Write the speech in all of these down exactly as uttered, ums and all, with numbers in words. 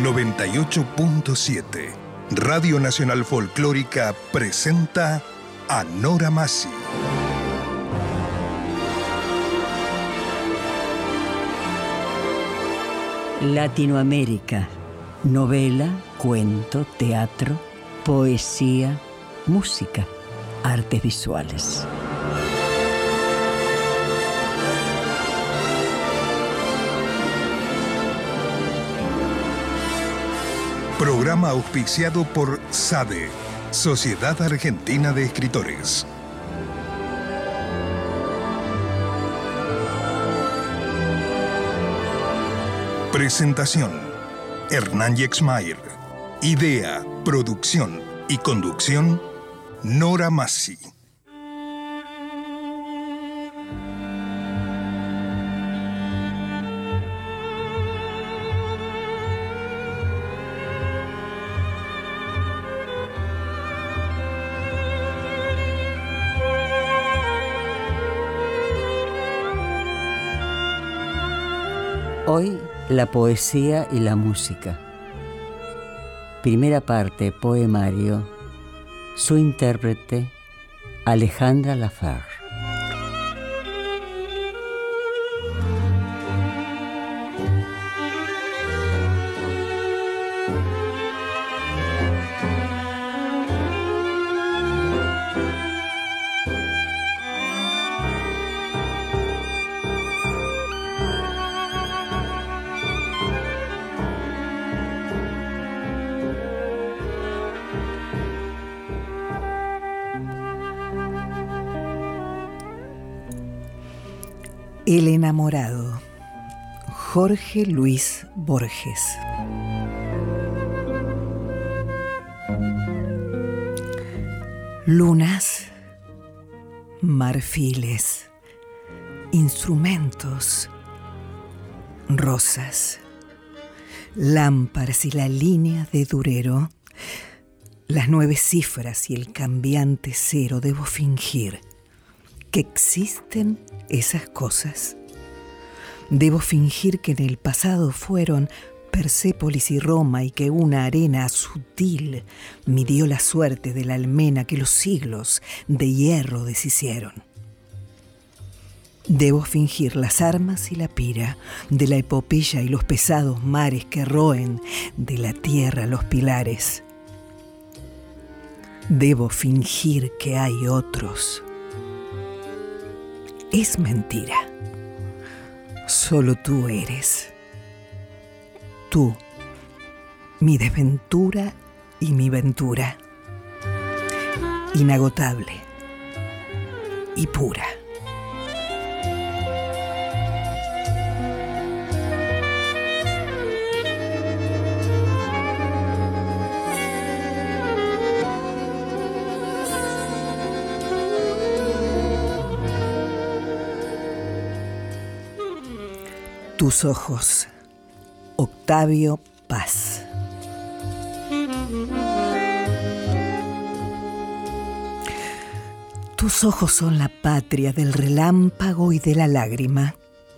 noventa y ocho punto siete. Radio Nacional Folclórica presenta a Nora Masi. Latinoamérica. Novela, cuento, teatro, poesía, música, artes visuales. Programa auspiciado por SADE, Sociedad Argentina de Escritores. Presentación: Hernán Yexmayer. Idea, producción y conducción: Nora Masi. Hoy, la poesía y la música. Primera parte, poemario. Su intérprete, Alejandra Lafer. El enamorado, Jorge Luis Borges. Lunas, marfiles, instrumentos, rosas, lámparas y la línea de Durero, las nueve cifras y el cambiante cero. Debo fingir que existen esas cosas. Debo fingir que en el pasado fueron Persépolis y Roma y que una arena sutil midió la suerte de la almena que los siglos de hierro deshicieron. Debo fingir las armas y la pira de la epopeya y los pesados mares que roen de la tierra los pilares. Debo fingir que hay otros. Es mentira. Solo tú eres. Tú, mi desventura y mi ventura. Inagotable y pura. Tus ojos, Octavio Paz. Tus ojos son la patria del relámpago y de la lágrima.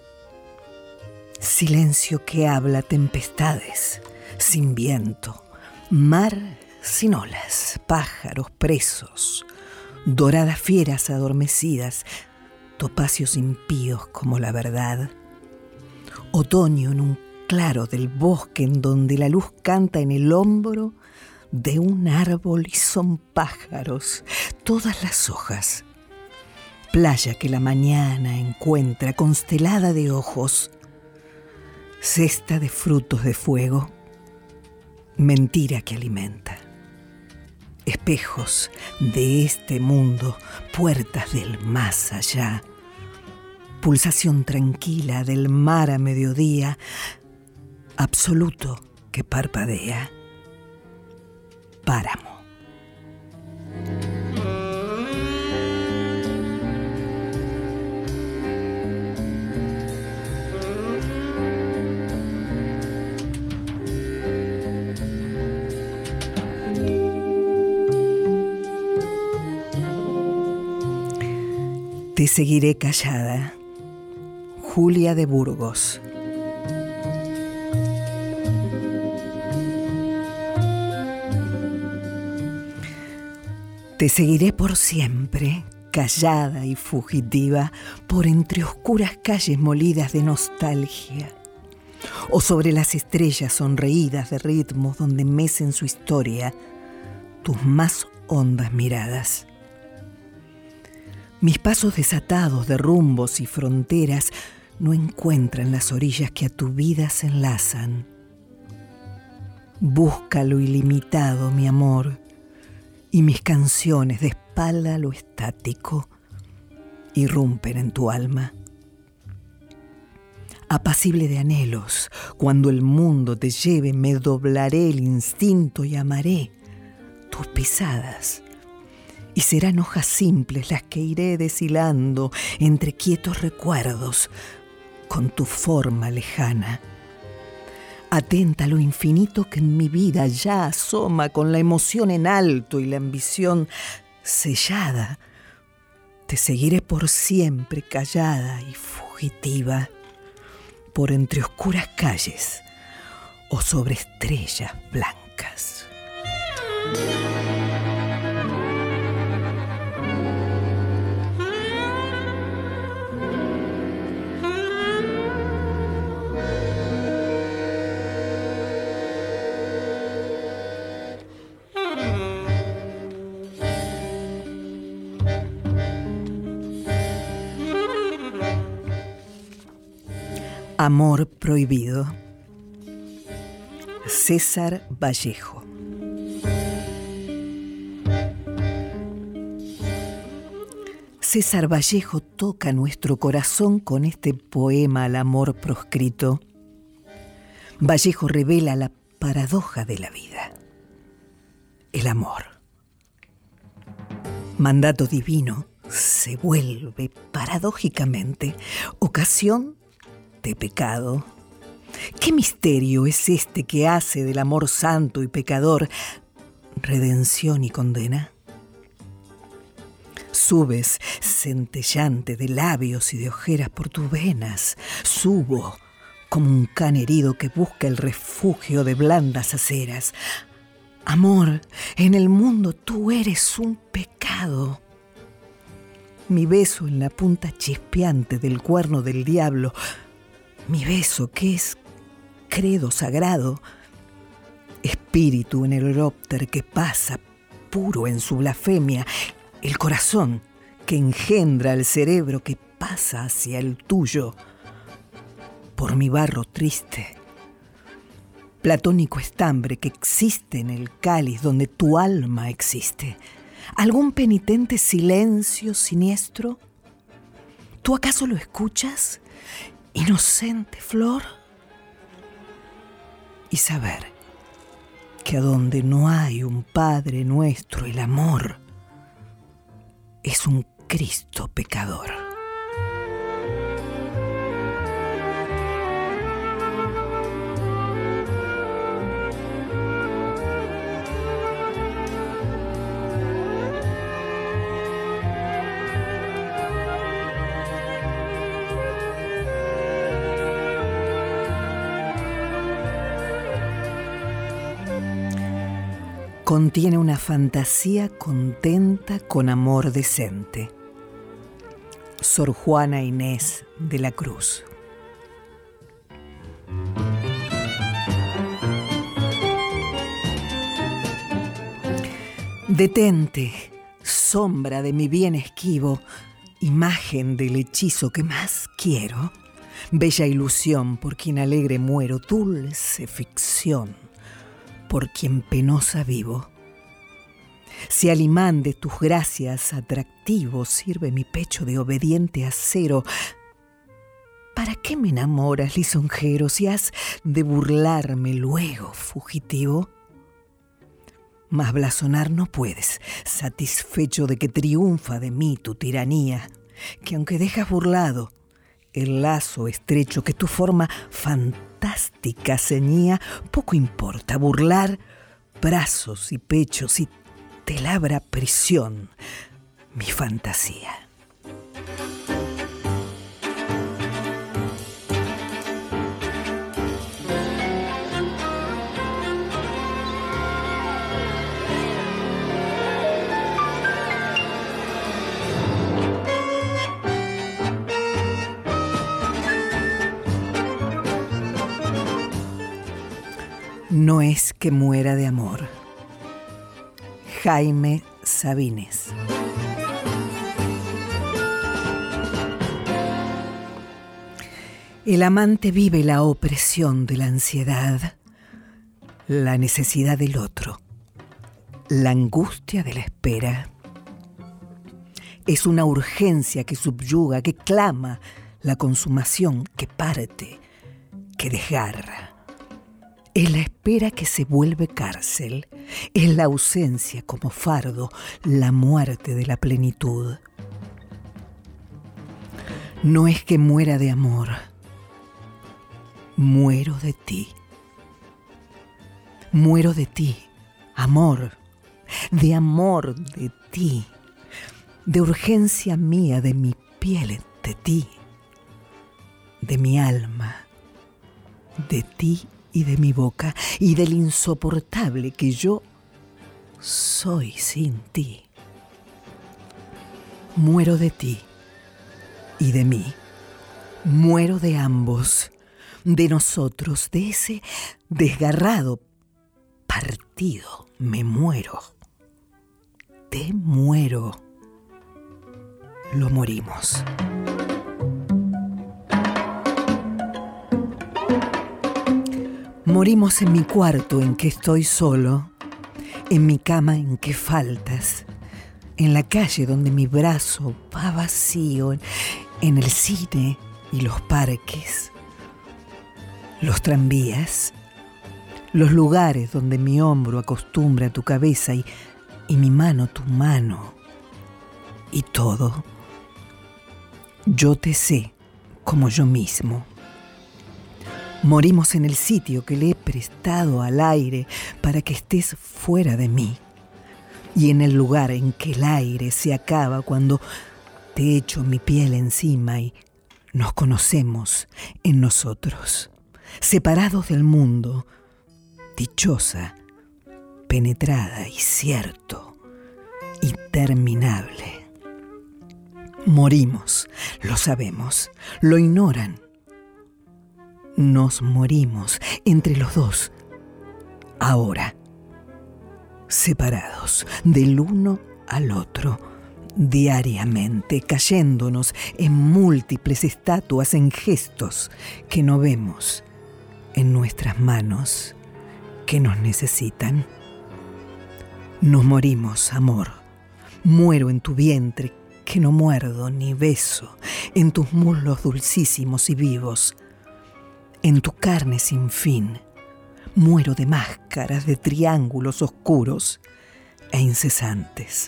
Silencio que habla tempestades, sin viento, mar sin olas, pájaros presos, doradas fieras adormecidas, topacios impíos como la verdad. Otoño en un claro del bosque en donde la luz canta en el hombro de un árbol y son pájaros todas las hojas. Playa que la mañana encuentra constelada de ojos. Cesta de frutos de fuego. Mentira que alimenta. Espejos de este mundo, puertas del más allá. Pulsación tranquila del mar a mediodía, absoluto que parpadea. Páramo. Te seguiré callada. Julia de Burgos. Te seguiré por siempre, callada y fugitiva, por entre oscuras calles molidas de nostalgia, o sobre las estrellas sonreídas de ritmos donde mecen su historia tus más hondas miradas. Mis pasos desatados de rumbos y fronteras no encuentran las orillas que a tu vida se enlazan. Busca lo ilimitado, mi amor, y mis canciones de espalda a lo estático irrumpen en tu alma. Apacible de anhelos, cuando el mundo te lleve, me doblaré el instinto y amaré tus pisadas. Y serán hojas simples las que iré deshilando entre quietos recuerdos con tu forma lejana. Atenta a lo infinito que en mi vida ya asoma con la emoción en alto y la ambición sellada. Te seguiré por siempre callada y fugitiva, por entre oscuras calles o sobre estrellas blancas. Amor prohibido. César Vallejo. César Vallejo toca nuestro corazón con este poema al amor proscrito. Vallejo revela la paradoja de la vida. El amor, mandato divino, se vuelve paradójicamente ocasión de pecado. ¿Qué misterio es este que hace del amor santo y pecador redención y condena? Subes centellante de labios y de ojeras por tus venas. Subo como un can herido que busca el refugio de blandas aceras. Amor, en el mundo tú eres un pecado. Mi beso en la punta chispeante del cuerno del diablo, mi beso que es credo sagrado, espíritu en el horópter que pasa puro en su blasfemia, el corazón que engendra el cerebro que pasa hacia el tuyo, por mi barro triste, platónico estambre que existe en el cáliz donde tu alma existe, algún penitente silencio siniestro. ¿Tú acaso lo escuchas, inocente flor? Y saber que a donde no hay un Padre nuestro, el amor es un Cristo pecador. Contiene una fantasía contenta con amor decente. Sor Juana Inés de la Cruz. Detente, sombra de mi bien esquivo, imagen del hechizo que más quiero, bella ilusión por quien alegre muero, dulce ficción por quien penosa vivo. Si al imán de tus gracias atractivo sirve mi pecho de obediente acero, ¿para qué me enamoras, lisonjero, si has de burlarme luego, fugitivo? Mas blasonar no puedes, satisfecho de que triunfa de mí tu tiranía, que aunque dejas burlado el lazo estrecho que tu forma fantástica ceñía, poco importa burlar brazos y pechos y te labra prisión mi fantasía. No es que muera de amor. Jaime Sabines. El amante vive la opresión de la ansiedad, la necesidad del otro, la angustia de la espera. Es una urgencia que subyuga, que clama la consumación, que parte, que desgarra. Es la espera que se vuelve cárcel, es la ausencia como fardo, la muerte de la plenitud. No es que muera de amor, muero de ti. Muero de ti, amor, de amor de ti, de urgencia mía, de mi piel, de ti, de mi alma, de ti y de mi boca, y del insoportable que yo soy sin ti. Muero de ti y de mí, muero de ambos, de nosotros, de ese desgarrado partido, me muero, te muero, lo morimos. Morimos en mi cuarto en que estoy solo, en mi cama en que faltas, en la calle donde mi brazo va vacío, en el cine y los parques, los tranvías, los lugares donde mi hombro acostumbra a tu cabeza y, y mi mano tu mano, y todo. Yo te sé como yo mismo. Morimos en el sitio que le he prestado al aire para que estés fuera de mí, y en el lugar en que el aire se acaba cuando te echo mi piel encima y nos conocemos en nosotros, separados del mundo, dichosa, penetrada y cierto, interminable. Morimos, lo sabemos, lo ignoran. Nos morimos entre los dos, ahora, separados del uno al otro, diariamente, cayéndonos en múltiples estatuas, en gestos que no vemos, en nuestras manos que nos necesitan. Nos morimos, amor. Muero en tu vientre que no muerdo ni beso, en tus muslos dulcísimos y vivos, en tu carne sin fin. Muero de máscaras, de triángulos oscuros e incesantes.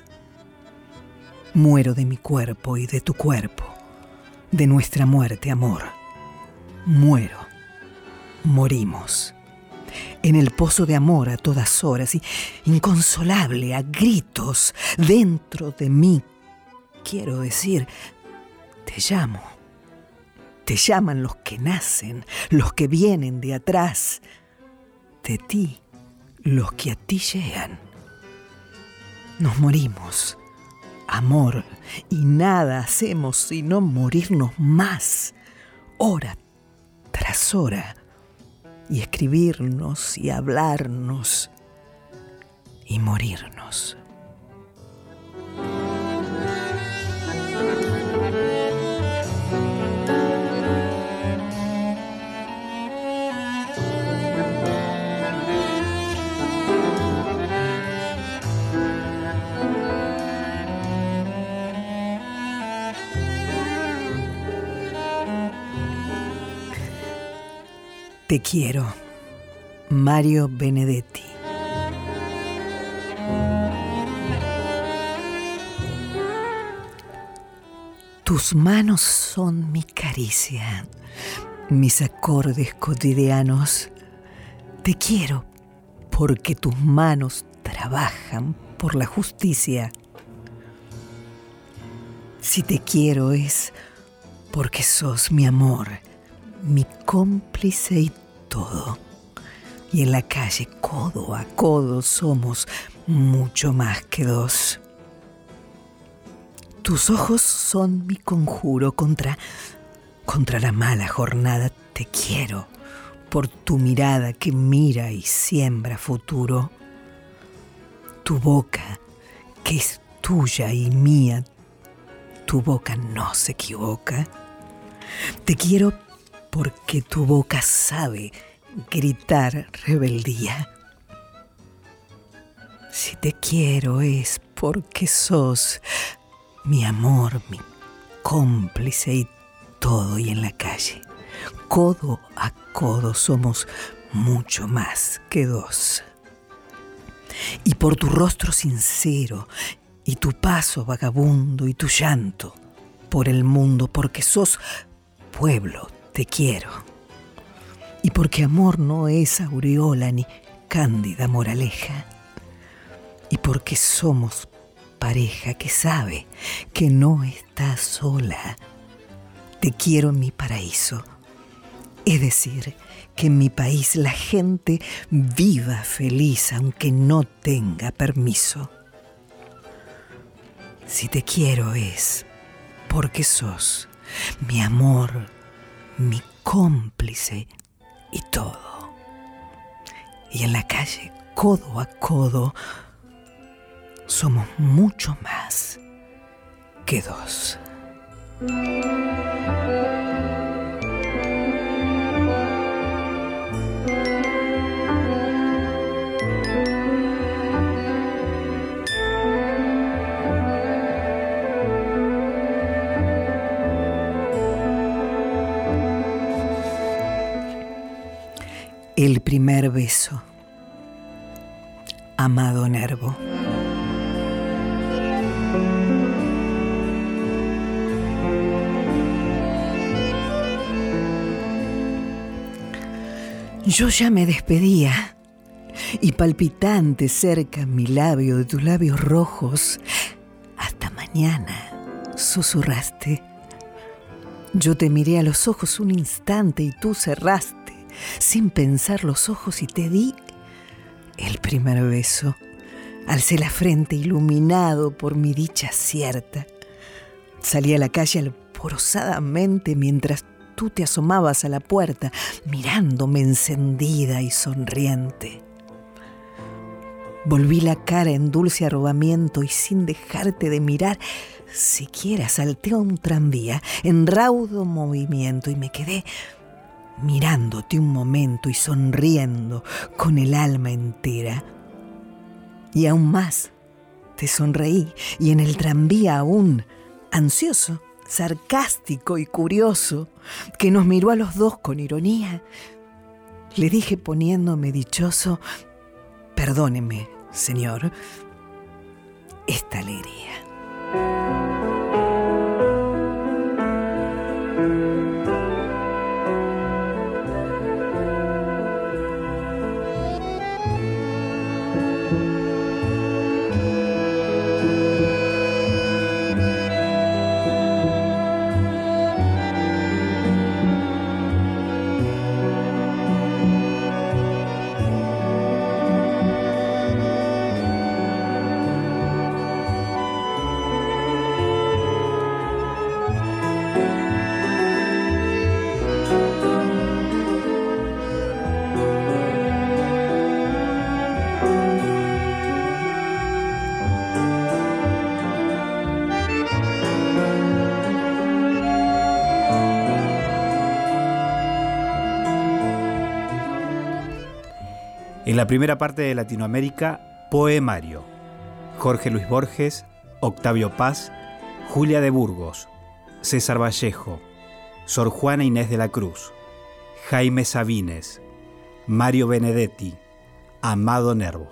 Muero de mi cuerpo y de tu cuerpo, de nuestra muerte, amor. Muero, morimos, en el pozo de amor a todas horas y inconsolable a gritos dentro de mí. Quiero decir, te llamo. Te llaman los que nacen, los que vienen de atrás. De ti, los que a ti llegan. Nos morimos, amor, y nada hacemos sino morirnos más, hora tras hora, y escribirnos y hablarnos y morirnos. Te quiero, Mario Benedetti. Tus manos son mi caricia, mis acordes cotidianos. Te quiero porque tus manos trabajan por la justicia. Si te quiero es porque sos mi amor, mi cómplice y todo. Y en la calle, codo a codo, somos mucho más que dos. Tus ojos son mi conjuro contra, contra la mala jornada. Te quiero por tu mirada que mira y siembra futuro, tu boca que es tuya y mía, tu boca no se equivoca. Te quiero porque tu boca sabe gritar rebeldía. Si te quiero es porque sos mi amor, mi cómplice y todo, y en la calle, codo a codo, somos mucho más que dos. Y por tu rostro sincero y tu paso vagabundo y tu llanto por el mundo, porque sos pueblo, te quiero. Y porque amor no es aureola ni cándida moraleja. Y porque somos pareja que sabe que no está sola. Te quiero en mi paraíso. Es decir, que en mi país la gente viva feliz aunque no tenga permiso. Si te quiero es porque sos mi amor, mi cómplice y todo. Y en la calle, codo a codo, somos mucho más que dos. El primer beso. Amado Nervo. Yo ya me despedía, y palpitante cerca mi labio de tus labios rojos, hasta mañana, susurraste. Yo te miré a los ojos un instante y tú cerraste, sin pensar los ojos, y te di el primer beso. Alcé la frente iluminado por mi dicha cierta. Salí a la calle alborosadamente mientras tú te asomabas a la puerta, mirándome encendida y sonriente. Volví la cara en dulce arrobamiento y sin dejarte de mirar, siquiera salté a un tranvía en raudo movimiento y me quedé mirándote un momento y sonriendo con el alma entera. Y aún más, te sonreí y en el tranvía aún, ansioso, sarcástico y curioso, que nos miró a los dos con ironía, le dije poniéndome dichoso: perdóneme, señor, esta alegría. En la primera parte de Latinoamérica, poemario. Jorge Luis Borges, Octavio Paz, Julia de Burgos, César Vallejo, Sor Juana Inés de la Cruz, Jaime Sabines, Mario Benedetti, Amado Nervo.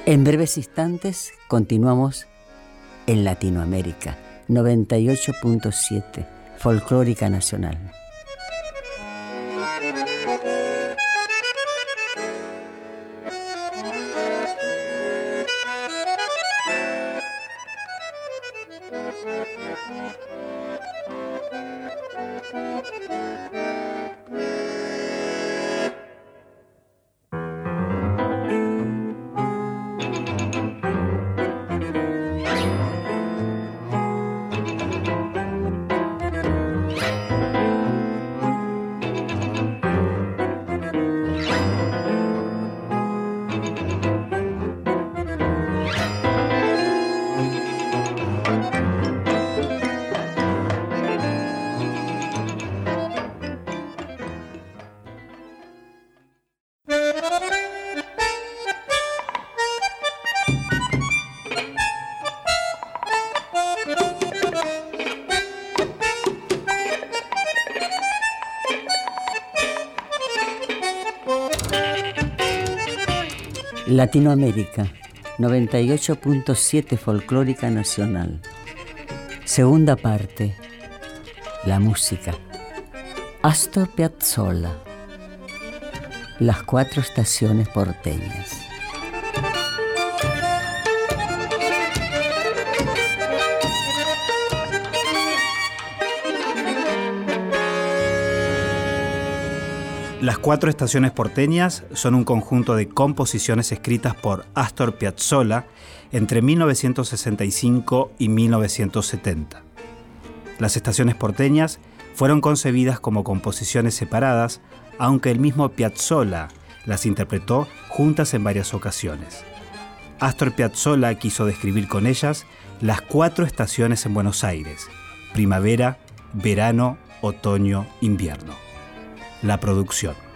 En breves instantes continuamos en Latinoamérica, noventa y ocho punto siete, Folclórica Nacional. Latinoamérica, noventa y ocho punto siete, Folclórica Nacional. Segunda parte, la música. Astor Piazzolla, Las cuatro estaciones porteñas. Las cuatro estaciones porteñas son un conjunto de composiciones escritas por Astor Piazzolla entre mil novecientos sesenta y cinco y mil novecientos setenta. Las estaciones porteñas fueron concebidas como composiciones separadas, aunque el mismo Piazzolla las interpretó juntas en varias ocasiones. Astor Piazzolla quiso describir con ellas las cuatro estaciones en Buenos Aires: primavera, verano, otoño, invierno. La producción.